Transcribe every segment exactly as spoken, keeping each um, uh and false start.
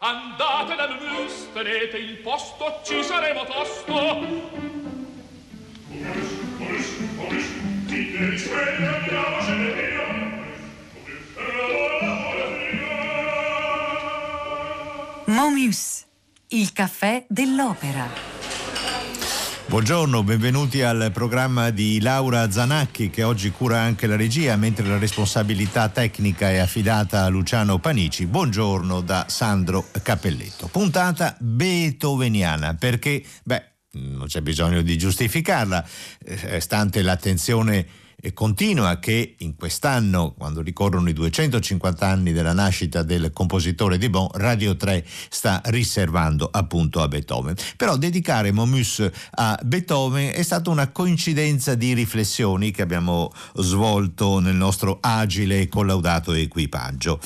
Andate da Mus, tenete il posto, ci saremo tosto. Momus, il caffè dell'opera. Buongiorno, benvenuti al programma di Laura Zanacchi, che oggi cura anche la regia, mentre la responsabilità tecnica è affidata a Luciano Panici. Buongiorno da Sandro Cappelletto. Puntata beethoveniana, perché, beh, non c'è bisogno di giustificarla, eh, stante l'attenzione continua che in quest'anno, quando ricorrono i duecentocinquanta anni della nascita del compositore di Bonn, Radio tre sta riservando appunto a Beethoven. Però dedicare Momus a Beethoven è stata una coincidenza di riflessioni che abbiamo svolto nel nostro agile e collaudato equipaggio.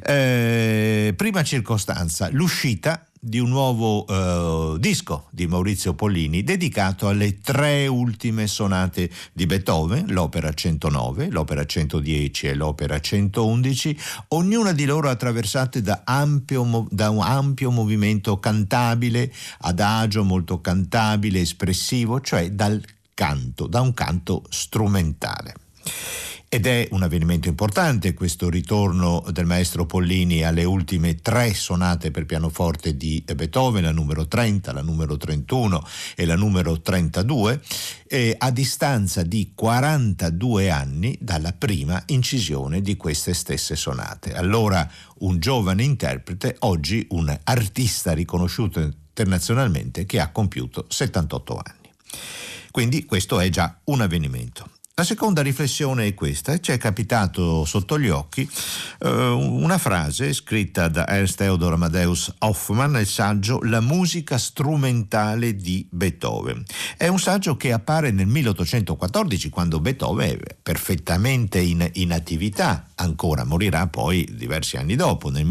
Eh, prima circostanza, l'uscita di un nuovo uh, disco di Maurizio Pollini dedicato alle tre ultime sonate di Beethoven, l'opera centonove, l'opera centodieci e l'opera centoundici, ognuna di loro attraversate da, ampio, da un ampio movimento cantabile, adagio, molto cantabile, espressivo, cioè dal canto, da un canto strumentale. Ed è un avvenimento importante questo ritorno del maestro Pollini alle ultime tre sonate per pianoforte di Beethoven, la numero trenta, la numero trentuno e la numero trentadue, eh, a distanza di quarantadue anni dalla prima incisione di queste stesse sonate. Allora un giovane interprete, oggi un artista riconosciuto internazionalmente che ha compiuto settantotto anni. Quindi questo è già un avvenimento. La seconda riflessione è questa: ci è capitato sotto gli occhi eh, una frase scritta da Ernst Theodor Amadeus Hoffmann nel saggio La musica strumentale di Beethoven. È un saggio che appare nel milleottocentoquattordici, quando Beethoven è perfettamente in, in attività, ancora morirà poi diversi anni dopo, nel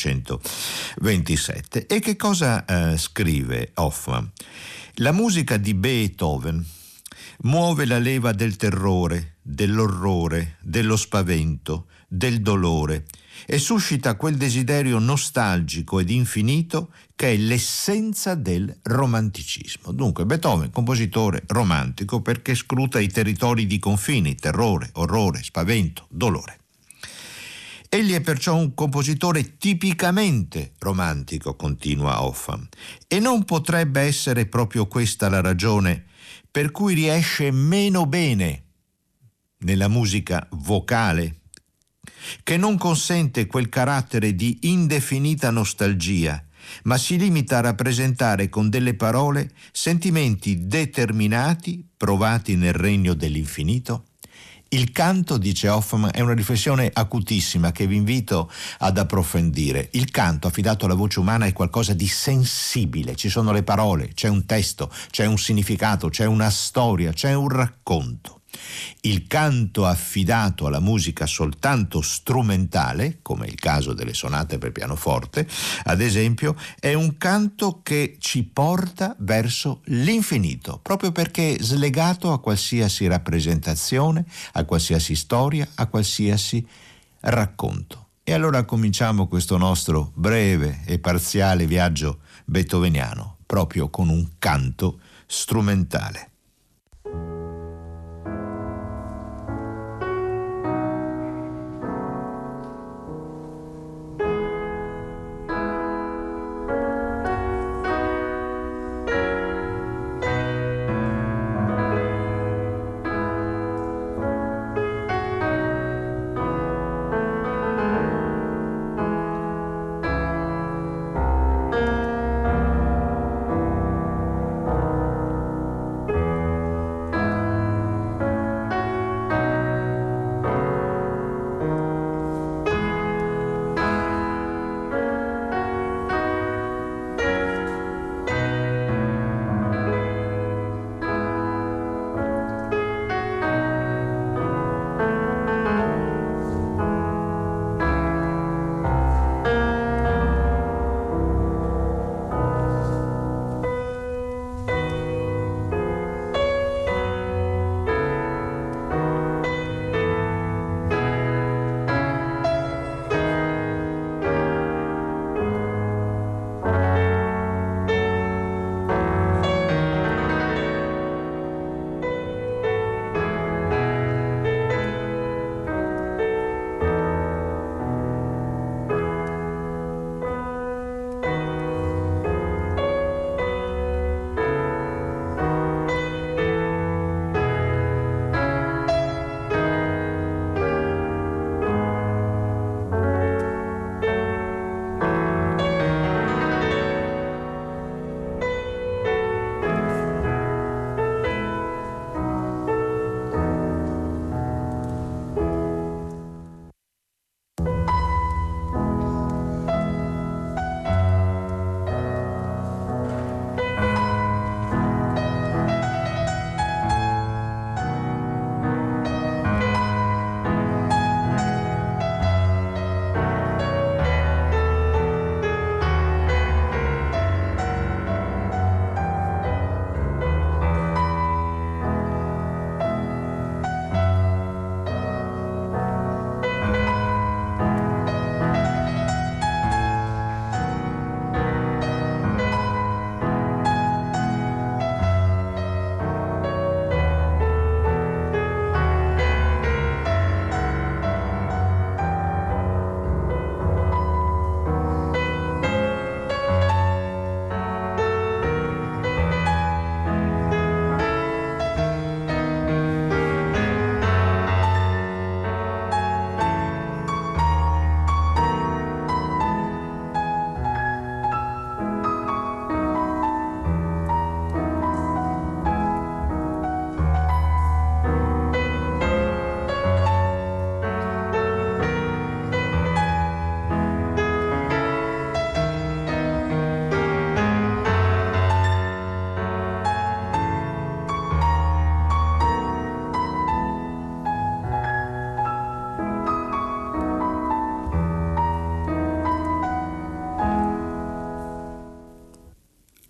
milleottocentoventisette. E che cosa eh, scrive Hoffmann? La musica di Beethoven muove la leva del terrore, dell'orrore, dello spavento, del dolore e suscita quel desiderio nostalgico ed infinito che è l'essenza del romanticismo. Dunque Beethoven, compositore romantico, perché scruta i territori di confini, terrore, orrore, spavento, dolore. Egli è perciò un compositore tipicamente romantico, continua Hoffmann, e non potrebbe essere proprio questa la ragione per cui riesce meno bene nella musica vocale, che non consente quel carattere di indefinita nostalgia, ma si limita a rappresentare con delle parole sentimenti determinati, provati nel regno dell'infinito. Il canto, dice Hoffmann, è una riflessione acutissima che vi invito ad approfondire. Il canto affidato alla voce umana è qualcosa di sensibile, ci sono le parole, c'è un testo, c'è un significato, c'è una storia, c'è un racconto. Il canto affidato alla musica soltanto strumentale, come il caso delle sonate per pianoforte, ad esempio, è un canto che ci porta verso l'infinito, proprio perché è slegato a qualsiasi rappresentazione, a qualsiasi storia, a qualsiasi racconto. E allora cominciamo questo nostro breve e parziale viaggio beethoveniano, proprio con un canto strumentale.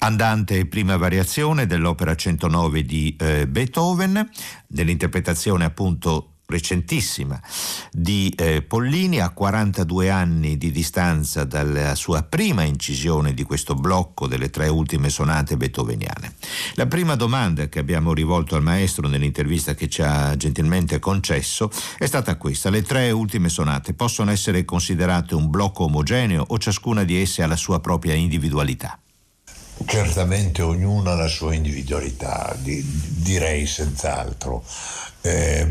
Andante e prima variazione dell'opera centonove di eh, Beethoven, nell'interpretazione appunto recentissima di eh, Pollini, a quarantadue anni di distanza dalla sua prima incisione di questo blocco delle tre ultime sonate beethoveniane. La prima domanda che abbiamo rivolto al maestro nell'intervista che ci ha gentilmente concesso è stata questa: le tre ultime sonate possono essere considerate un blocco omogeneo o ciascuna di esse ha la sua propria individualità? Certamente ognuna ha la sua individualità, di, direi senz'altro. Eh,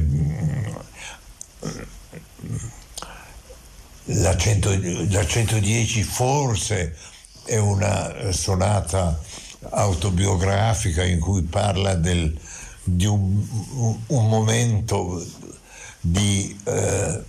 la, cento, la centodieci forse è una sonata autobiografica in cui parla del, di un, un momento di eh,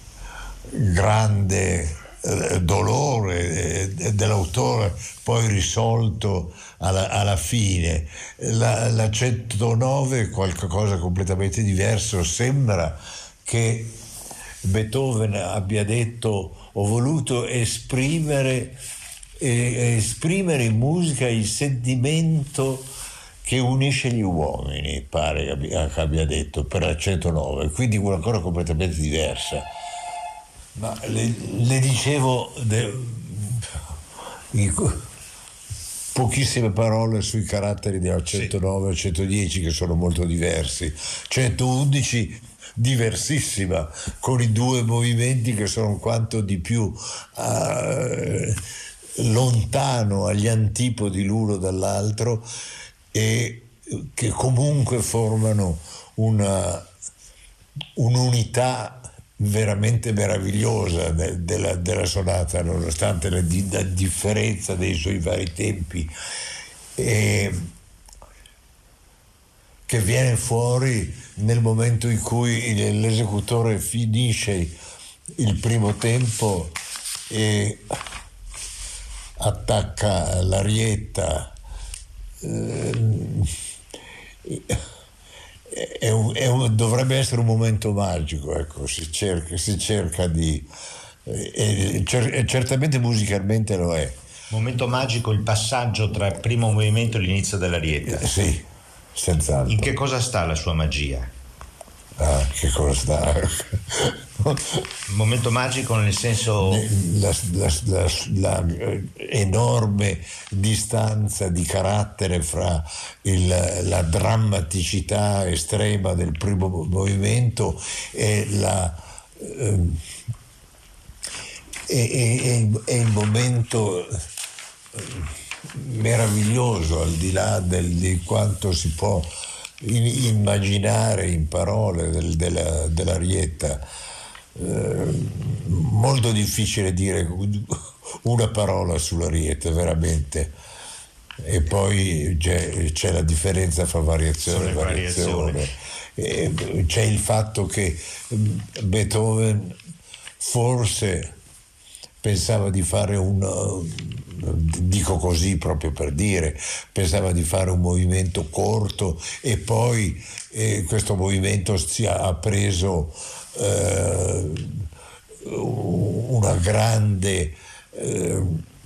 grande eh, dolore eh, dell'autore, poi risolto alla, alla fine. La, la centonove è qualcosa completamente diverso. Sembra che Beethoven abbia detto: ho voluto esprimere, eh, esprimere in musica il sentimento che unisce gli uomini, pare che abbia, che abbia detto, per la centonove, quindi una cosa completamente diversa. Ma le, le dicevo de, in, pochissime parole sui caratteri della centonove e centodieci, che sono molto diversi. centoundici diversissima, con i due movimenti che sono quanto di più eh, lontano agli antipodi l'uno dall'altro, e che comunque formano una, un'unità veramente meravigliosa de, della, della sonata, nonostante la, di, la differenza dei suoi vari tempi, e che viene fuori nel momento in cui l'esecutore finisce il primo tempo e attacca l'arietta. Eh, È un, è un, dovrebbe essere un momento magico, ecco, si cerca, si cerca di e, e certamente musicalmente lo è. Momento magico il passaggio tra il primo movimento e l'inizio dell'arietta. Eh, sì, senz'altro. In che cosa sta la sua magia? Ah, che cosa sta? Un momento magico nel senso... La, la, la, la enorme distanza di carattere fra il, la drammaticità estrema del primo movimento e la... Eh, e, e, e il momento meraviglioso, al di là del, di quanto si può immaginare in parole del, della, dell'arietta. Eh, molto difficile dire una parola sull'arietta, veramente. E poi c'è, c'è la differenza fra variazione e variazione. E c'è il fatto che Beethoven forse pensava di fare un, dico così proprio per dire, pensava di fare un movimento corto, e poi eh, questo movimento si ha preso eh, una grande eh,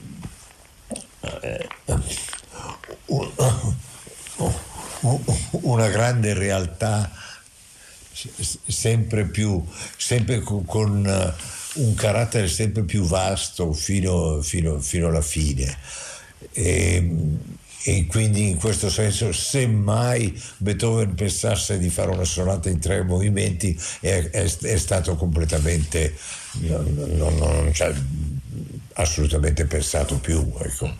una grande realtà, sempre più, sempre con, con un carattere sempre più vasto fino, fino, fino alla fine. E, e quindi in questo senso, se mai Beethoven pensasse di fare una sonata in tre movimenti, è, è, è stato completamente, non, non, non ci ha assolutamente pensato più, ecco.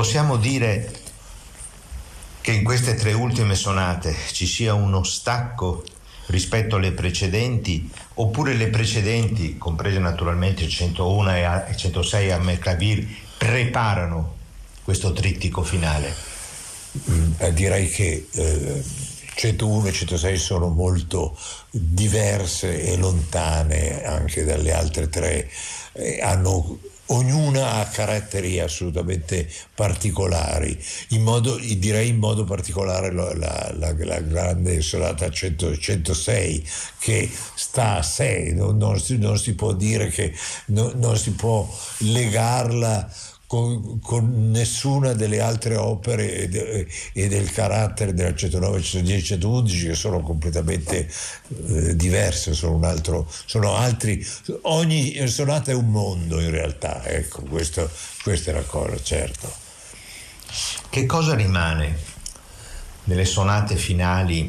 possiamo dire che in queste tre ultime sonate ci sia uno stacco rispetto alle precedenti, oppure le precedenti, comprese naturalmente il centouno e centosei a Merclavir, preparano questo trittico finale? Mm, direi che eh, centouno e centosei sono molto diverse e lontane anche dalle altre tre, eh, hanno ognuna ha caratteri assolutamente particolari, in modo, direi in modo particolare la, la, la, la grande sonata cento, centosei, che sta a sé, non, non, si, non si può dire che non, non si può legarla Con, con nessuna delle altre opere e, de, e del carattere della centonove, centodieci, centoundici, che sono completamente eh, diverse, sono un altro, sono altri, ogni sonata è un mondo in realtà, ecco, questo, questa è la cosa, certo. Che cosa rimane nelle sonate finali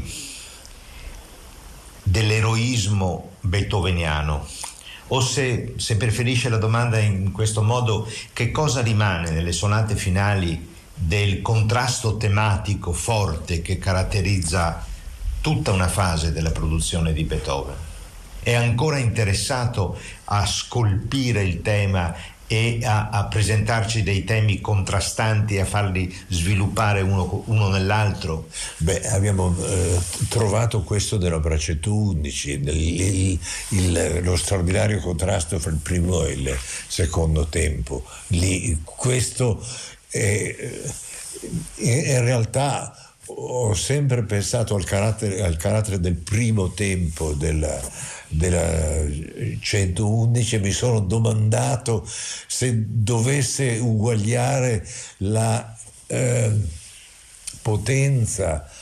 dell'eroismo beethoveniano? O se, se preferisce la domanda in questo modo, che cosa rimane nelle sonate finali del contrasto tematico forte che caratterizza tutta una fase della produzione di Beethoven? È ancora interessato a scolpire il tema e a, a presentarci dei temi contrastanti e a farli sviluppare uno, uno nell'altro? Beh, abbiamo eh, trovato questo nell'opera centoundici, il, il, il, lo straordinario contrasto fra il primo e il secondo tempo. Lì, questo è, in realtà ho sempre pensato al carattere, al carattere del primo tempo della, della centoundici, e mi sono domandato se dovesse uguagliare la eh, potenza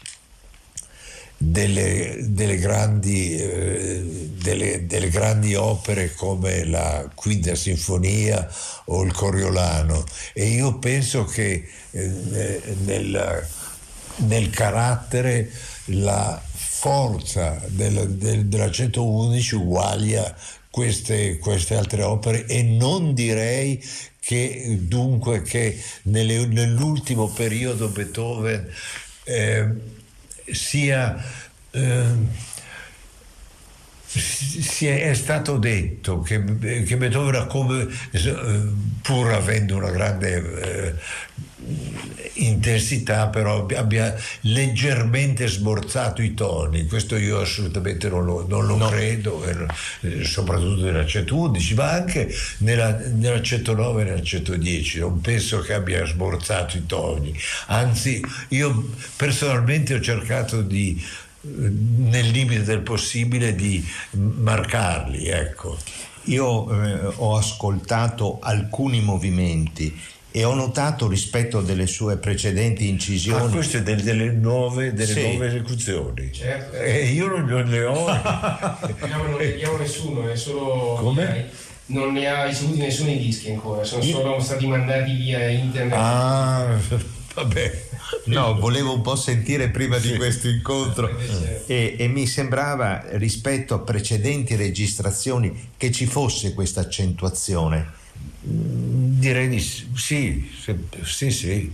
delle, delle, grandi, eh, delle, delle grandi opere come la Quinta Sinfonia o il Coriolano, e io penso che eh, nel nel carattere la forza del, del, della centoundici uguaglia queste, queste altre opere, e non direi che dunque che nelle, nell'ultimo periodo Beethoven eh, sia eh, si è, è stato detto che, che Beethoven ha come, pur avendo una grande eh, intensità, però abbia leggermente smorzato i toni. Questo io assolutamente non lo, non lo no. credo, eh, soprattutto nella centoundici, ma anche nella, nella centonove e nella centodieci. Non penso che abbia smorzato i toni, anzi io personalmente ho cercato di, nel limite del possibile, di marcarli, ecco. Io eh, ho ascoltato alcuni movimenti e ho notato rispetto delle sue precedenti incisioni. Ah, queste delle, delle nuove delle sì. nuove esecuzioni. Certo. E io non, non le ho. No, non ne abbiamo nessuno, è solo. Come? Non ne ha ricevuti nessuno i dischi ancora, sono solo stati mandati via internet. Ah, vabbè. No, volevo un po' sentire prima sì. di questo incontro eh, e, e mi sembrava, rispetto a precedenti registrazioni, che ci fosse questa accentuazione. Direi di sì, sì, sì.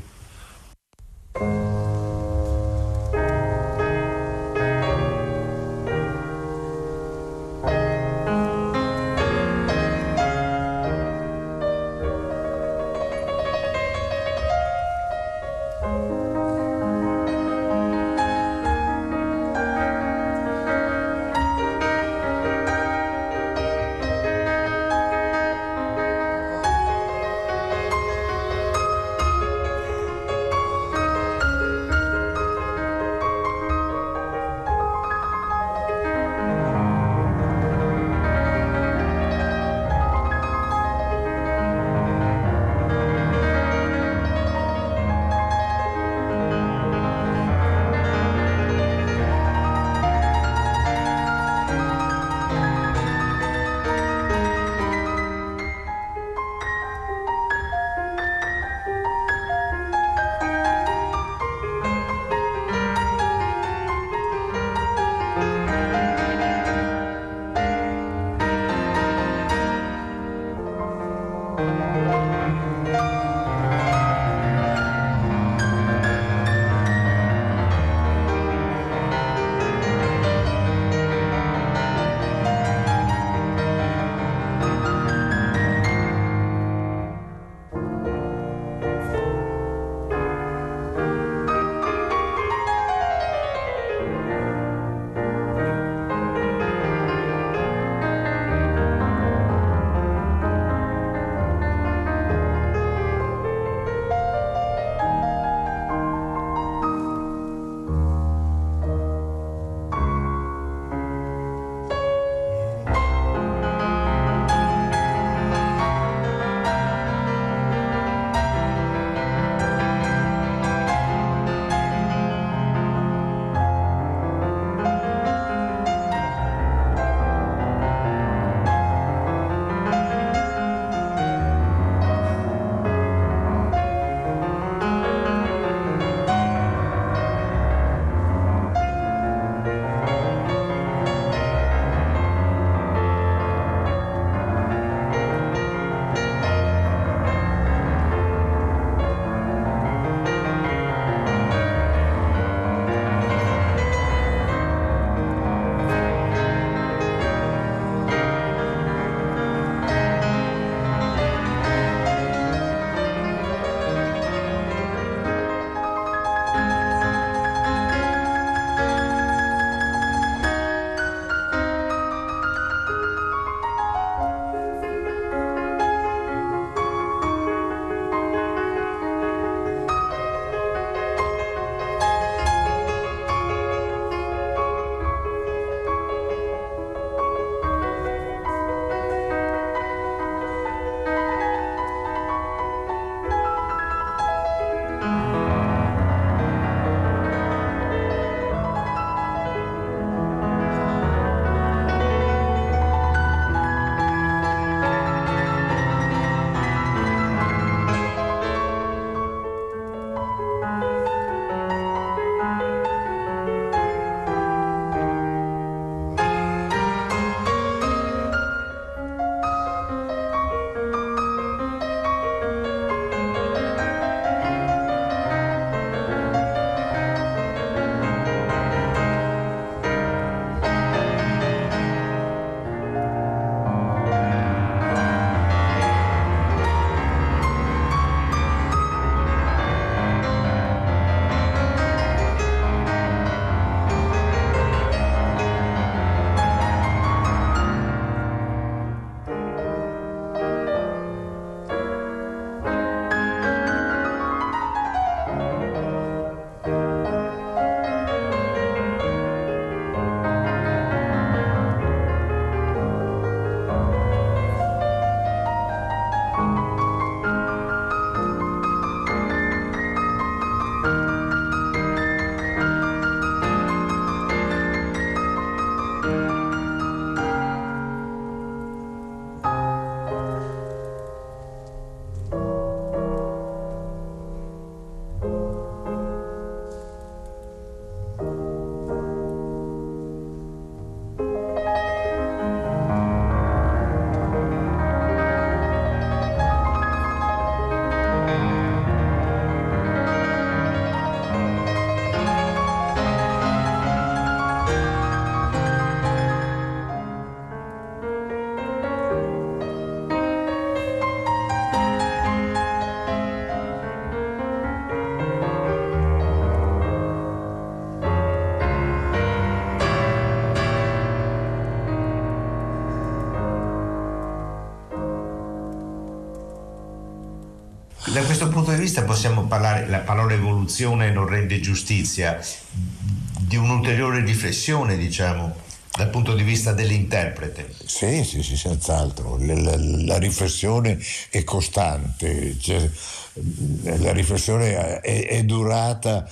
Da questo punto di vista possiamo parlare, la parola evoluzione non rende giustizia, di un'ulteriore riflessione, diciamo, dal punto di vista dell'interprete. Sì, sì, sì, senz'altro. La, la, la riflessione è costante, cioè, la riflessione è, è durata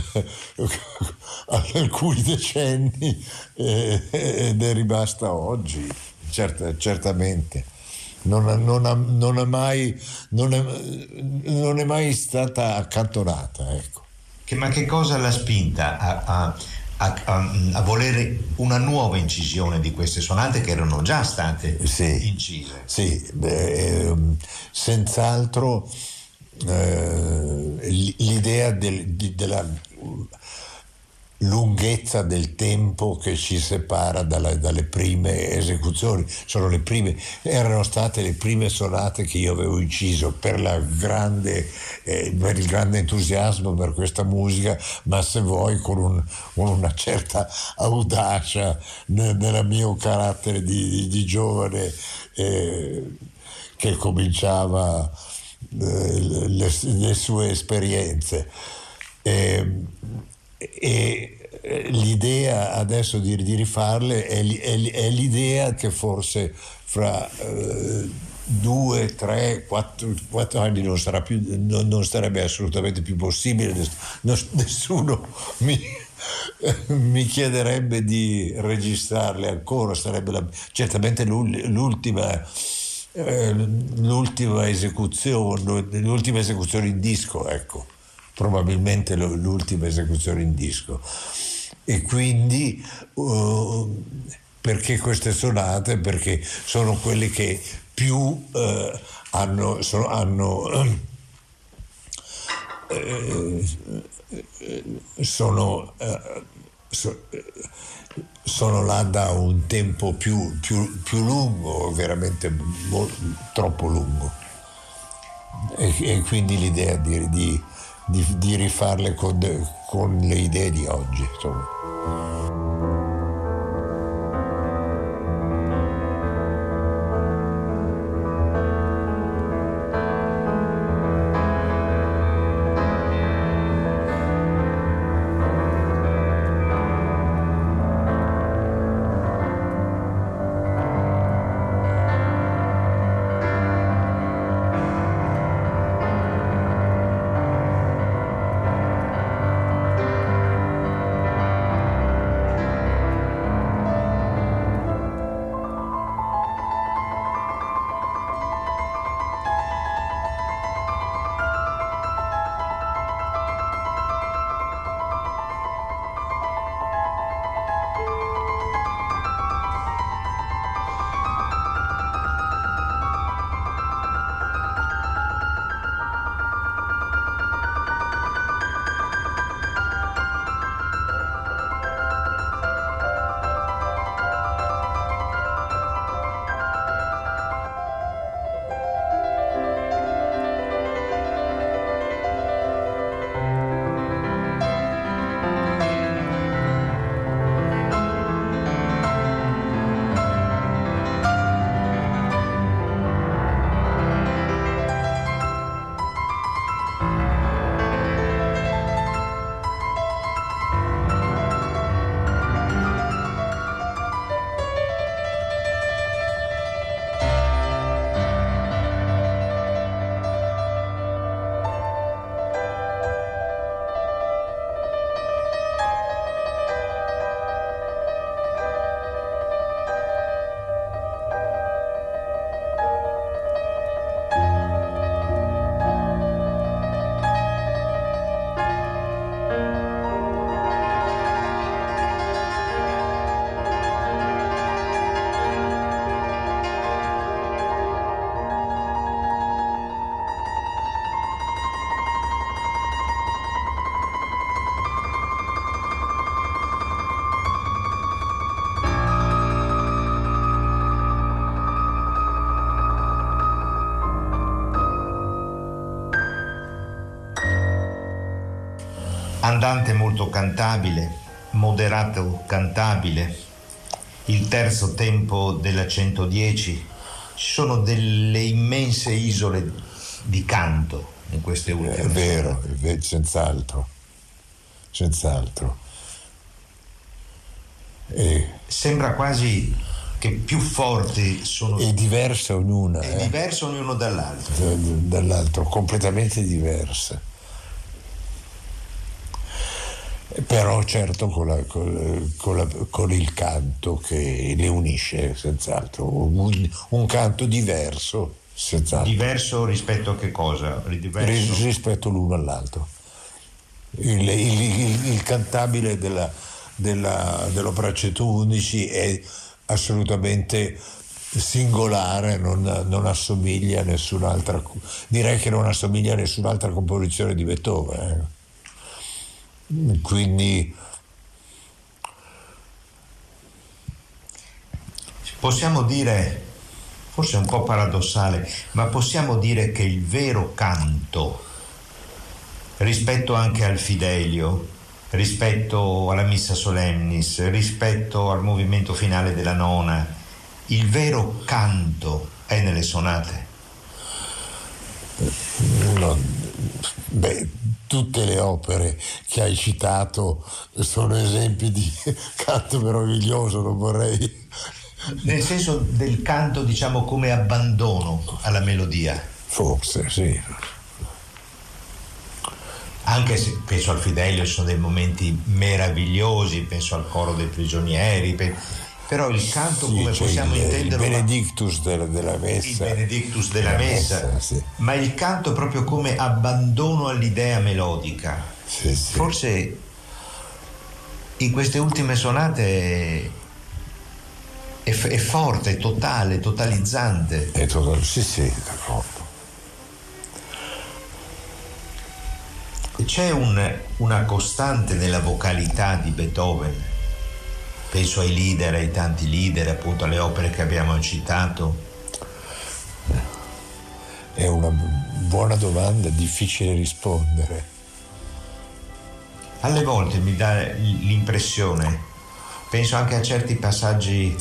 alcuni decenni ed è rimasta oggi, cert, certamente. Non, non, ha, non, è mai, non, è, non è mai stata accantonata, ecco. Che, ma che cosa l'ha spinta a, a, a, a, a volere una nuova incisione di queste sonate che erano già state sì, incise? Sì, beh, senz'altro eh, l'idea del, di, della lunghezza del tempo che ci separa dalla, dalle prime esecuzioni. Sono le prime, erano state le prime sonate che io avevo inciso per la grande eh, per il grande entusiasmo per questa musica, ma se vuoi con un, una certa audacia nel, nel mio carattere di, di, di giovane eh, che cominciava eh, le, le sue esperienze. Eh, e l'idea adesso di, di rifarle è, è, è l'idea che forse fra eh, due, tre, quattro, quattro anni non sarà più, non, non sarebbe assolutamente più possibile. Nessuno mi, mi chiederebbe di registrarle ancora, sarebbe la, certamente l'ultima eh, l'ultima esecuzione l'ultima esecuzione in disco, ecco, probabilmente l'ultima esecuzione in disco. E quindi uh, perché queste sonate? Perché sono quelle che più uh, hanno, sono, hanno uh, sono, uh, so, sono là da un tempo più, più, più lungo, veramente mo, troppo lungo, e, e quindi l'idea di, di Di, di rifarle con, con le idee di oggi, insomma. Andante molto cantabile, moderato cantabile, il terzo tempo della centodieci, ci sono delle immense isole di canto in queste ultime. È vero, è vero, senz'altro, senz'altro. E sembra quasi che più forti sono. È diversa ognuna. È eh? diversa ognuno dall'altro. Dall'altro, completamente diversa. Però certo con, la, con, con, la, con il canto che le unisce, senz'altro. Un, un canto diverso, senz'altro. Diverso rispetto a che cosa? Diverso. Ris- rispetto l'uno all'altro. Il, il, il, il cantabile della, della, dell'opera centoundici è assolutamente singolare, non, non assomiglia a nessun'altra, direi che non assomiglia a nessun'altra composizione di Beethoven. Eh. Quindi possiamo dire, forse è un po' paradossale, ma possiamo dire che il vero canto, rispetto anche al Fidelio, rispetto alla Missa Solemnis, rispetto al movimento finale della nona, il vero canto è nelle sonate? No, beh, tutte le opere che hai citato sono esempi di canto meraviglioso, non vorrei. Nel senso del canto, diciamo, come abbandono alla melodia. Forse, sì. Anche se penso al Fidelio, ci sono dei momenti meravigliosi, penso al coro dei prigionieri, pe- però il canto, sì, come cioè possiamo il, intenderlo? Il Benedictus della, della messa. Il Benedictus della, della messa, messa sì. Ma il canto proprio come abbandono all'idea melodica. Sì, sì. Forse in queste ultime sonate è, è, è forte, è totale, totalizzante. È total- sì, sì, d'accordo. C'è un, una costante nella vocalità di Beethoven, penso ai leader, ai tanti leader, appunto alle opere che abbiamo citato. È una buona domanda, difficile rispondere. Alle volte mi dà l'impressione, penso anche a certi passaggi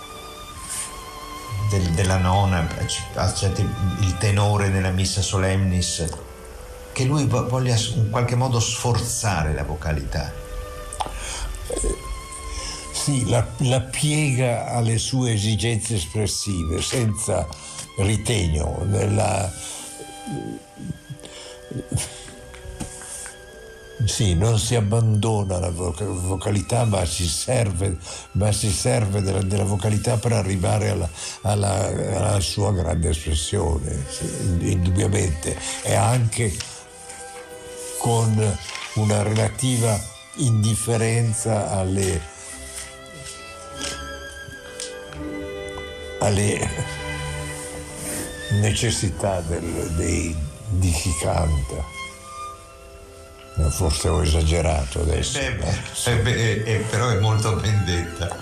del, della nona, a certi, il tenore nella Missa Solemnis, che lui voglia in qualche modo sforzare la vocalità. Eh, sì, la, la piega alle sue esigenze espressive senza ritegno. Nella, sì, non si abbandona la vocalità, ma si serve, ma si serve della, della vocalità per arrivare alla, alla, alla sua grande espressione, sì, indubbiamente. E anche con una relativa indifferenza alle, alle necessità del, dei, di chi canta. Forse ho esagerato adesso. Eh beh, eh beh, eh, però è molto ben detta.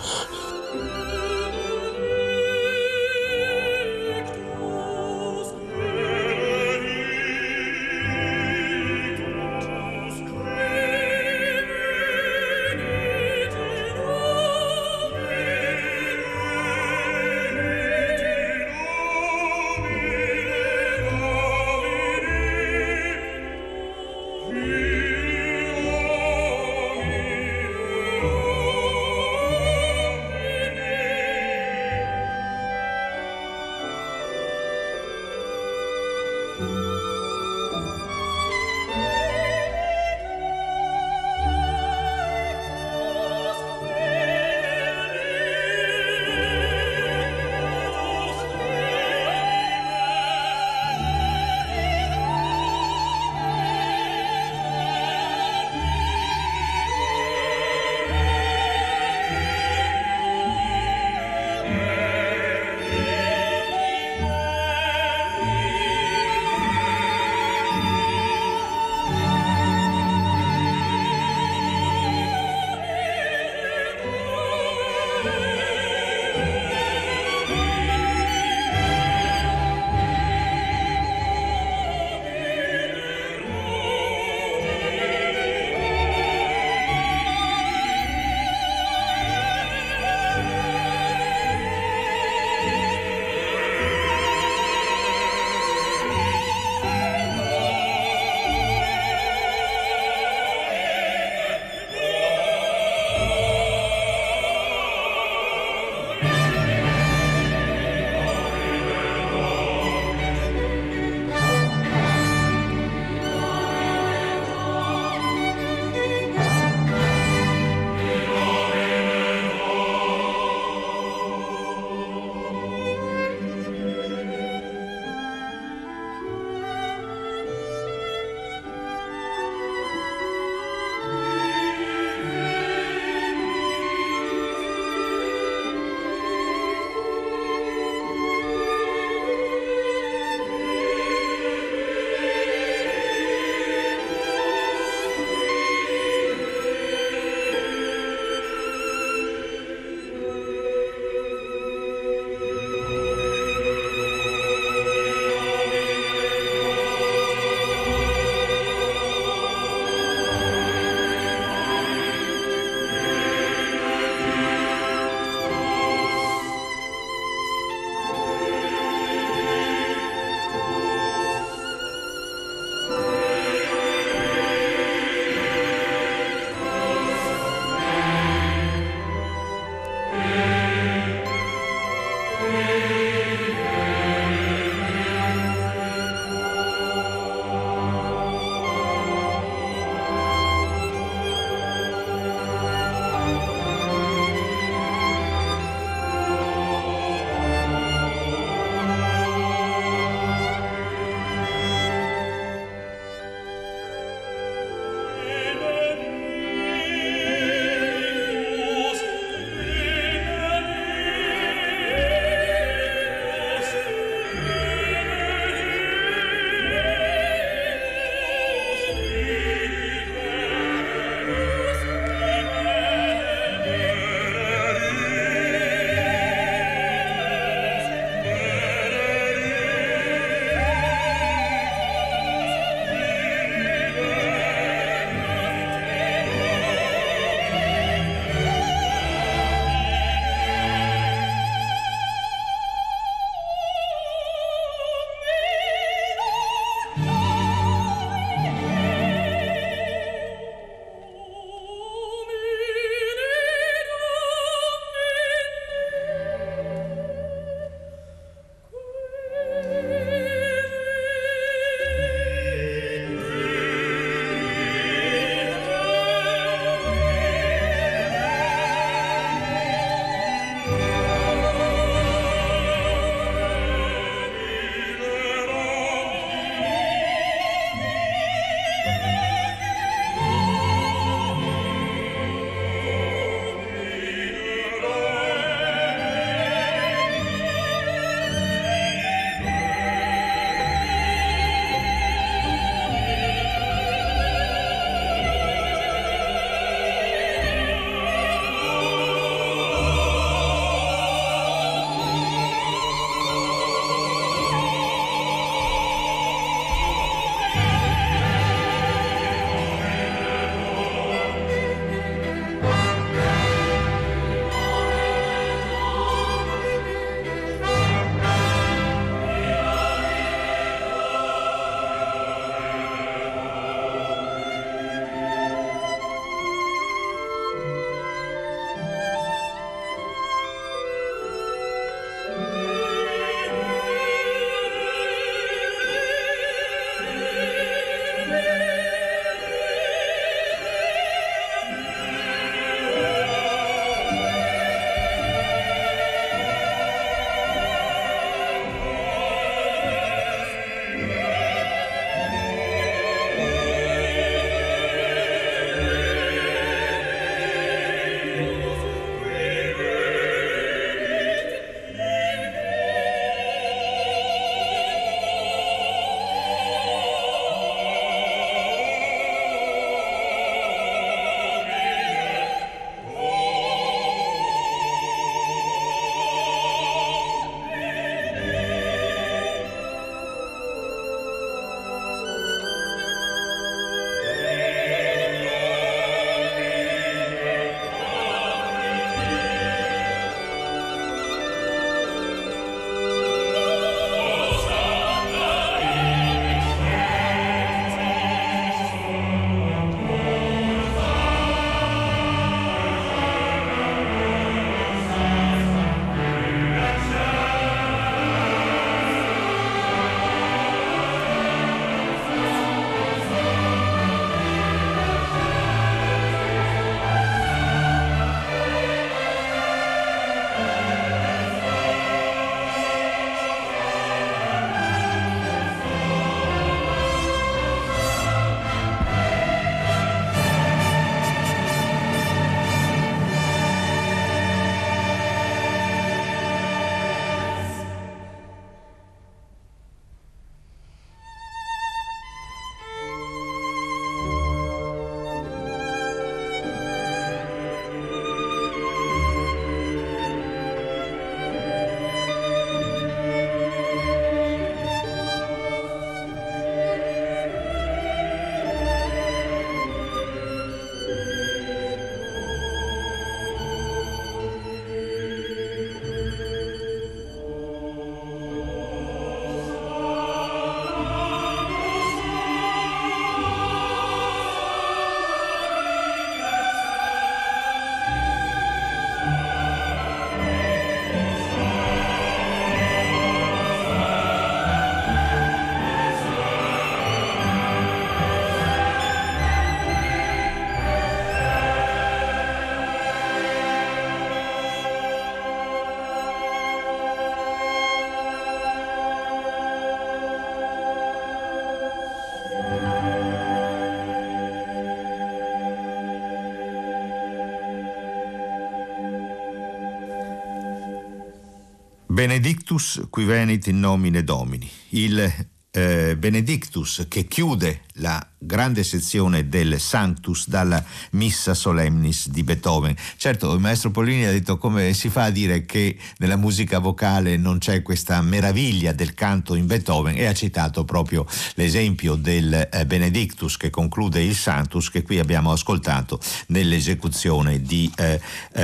Benedictus qui venit in nomine Domini, il eh, Benedictus che chiude la grande sezione del Sanctus dalla Missa Solemnis di Beethoven. Certo, il maestro Pollini ha detto: come si fa a dire che nella musica vocale non c'è questa meraviglia del canto in Beethoven, e ha citato proprio l'esempio del eh, Benedictus che conclude il Sanctus, che qui abbiamo ascoltato nell'esecuzione di eh,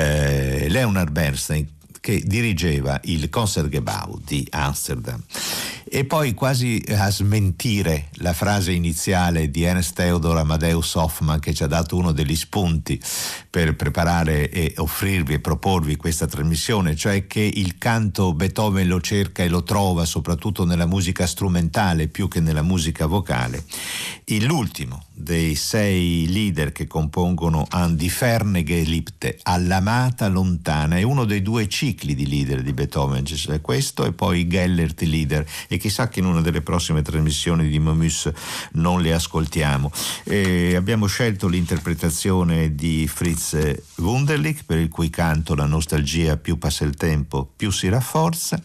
eh, Leonard Bernstein, che dirigeva il Concertgebouw di Amsterdam. E poi, quasi a smentire la frase iniziale di Ernst Theodor Amadeus Hoffmann, che ci ha dato uno degli spunti per preparare e offrirvi e proporvi questa trasmissione, cioè che il canto Beethoven lo cerca e lo trova soprattutto nella musica strumentale più che nella musica vocale. L'ultimo dei sei leader che compongono An die ferne Geliebte, all'amata lontana, è uno dei due cicli di leader di Beethoven, cioè questo e poi i Gellert leader, e chissà che in una delle prossime trasmissioni di Momus non le ascoltiamo. E abbiamo scelto l'interpretazione di Fritz Wunderlich, per il cui canto la nostalgia più passa il tempo più si rafforza.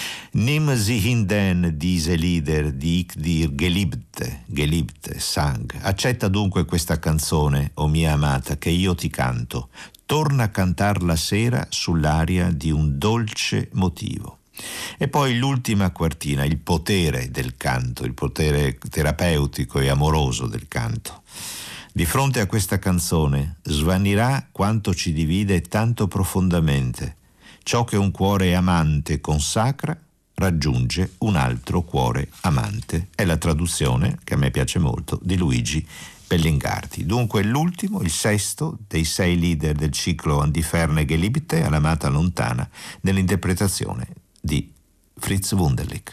Nimm sie hin denn diese Lieder, die ich dir geliebte, geliebte sang. Accetta dunque questa canzone, o mia amata, che io ti canto. Torna a cantar la sera sull'aria di un dolce motivo. E poi l'ultima quartina, il potere del canto, il potere terapeutico e amoroso del canto. Di fronte a questa canzone svanirà quanto ci divide tanto profondamente. Ciò che un cuore amante consacra raggiunge un altro cuore amante. È la traduzione, che a me piace molto, di Luigi Bellingardi. Dunque l'ultimo, il sesto dei sei leader del ciclo An die ferne Geliebte, all'amata lontana, nell'interpretazione di Fritz Wunderlich.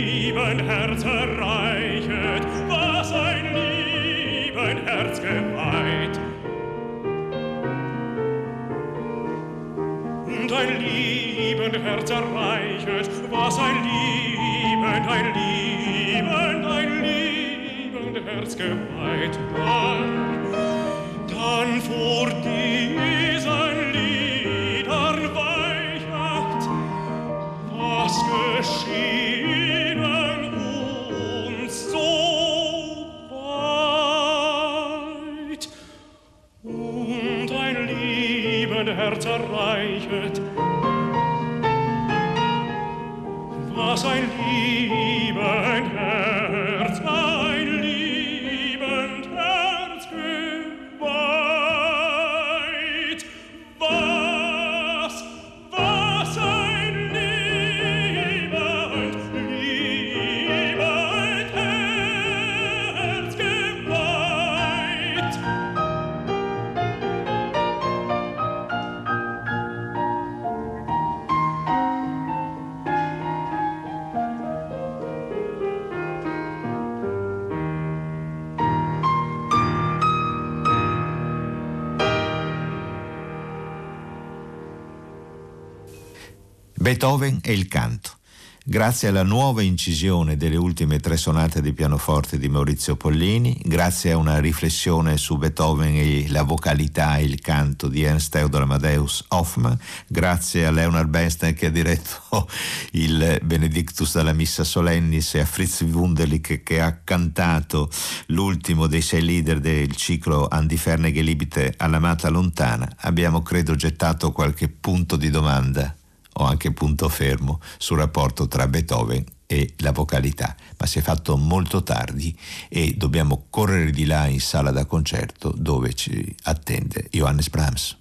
Herz erreichet, was ein lieben Herz gewahrt. ein liebend Herz erreichet, was ein liebend, ein liebend, ein liebend Herz geweiht war, dann vor diesen Liedern weichert, was geschieden uns so weit. Und ein liebend Herz erreichet, was ein liebend Herz, ein liebend Herz geweiht. Was, was ein liebend, liebend Herz geweiht. Beethoven e il canto. Grazie alla nuova incisione delle ultime tre sonate di pianoforte di Maurizio Pollini, grazie a una riflessione su Beethoven e la vocalità e il canto di Ernst Theodor Amadeus Hoffmann, grazie a Leonard Bernstein che ha diretto il Benedictus dalla Missa Solennis e a Fritz Wunderlich che ha cantato l'ultimo dei sei leader del ciclo An die ferne Geliebte all'amata lontana, abbiamo credo gettato qualche punto di domanda o anche punto fermo sul rapporto tra Beethoven e la vocalità, ma si è fatto molto tardi e dobbiamo correre di là in sala da concerto dove ci attende Johannes Brahms.